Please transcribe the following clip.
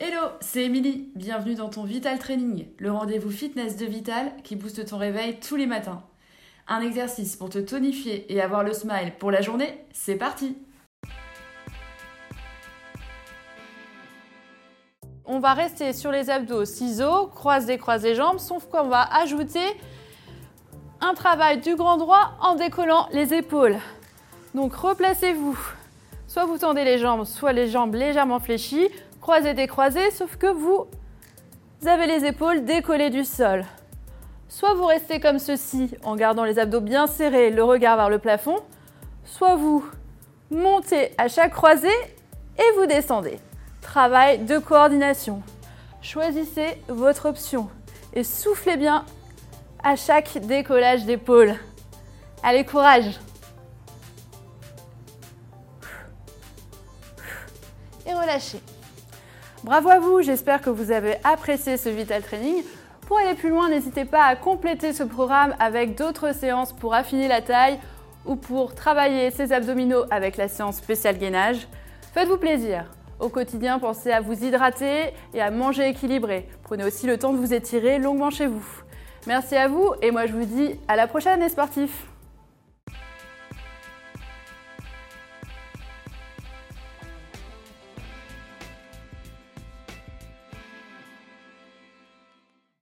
Hello, c'est Émilie. Bienvenue dans ton Vital Training, le rendez-vous fitness de Vital qui booste ton réveil tous les matins. Un exercice pour te tonifier et avoir le smile pour la journée, c'est parti! On va rester sur les abdos ciseaux, croise les jambes, sauf qu'on va ajouter un travail du grand droit en décollant les épaules. Donc replacez-vous. Soit vous tendez les jambes, soit les jambes légèrement fléchies. Croisez, décroisez, sauf que vous avez les épaules décollées du sol. Soit vous restez comme ceci, en gardant les abdos bien serrés, le regard vers le plafond. Soit vous montez à chaque croisée et vous descendez. Travail de coordination. Choisissez votre option et soufflez bien à chaque décollage d'épaule. Allez, courage! Et relâchez. Bravo à vous, j'espère que vous avez apprécié ce Vital Training. Pour aller plus loin, n'hésitez pas à compléter ce programme avec d'autres séances pour affiner la taille ou pour travailler ses abdominaux avec la séance spéciale gainage. Faites-vous plaisir. Au quotidien, pensez à vous hydrater et à manger équilibré. Prenez aussi le temps de vous étirer longuement chez vous. Merci à vous et moi je vous dis à la prochaine les sportifs.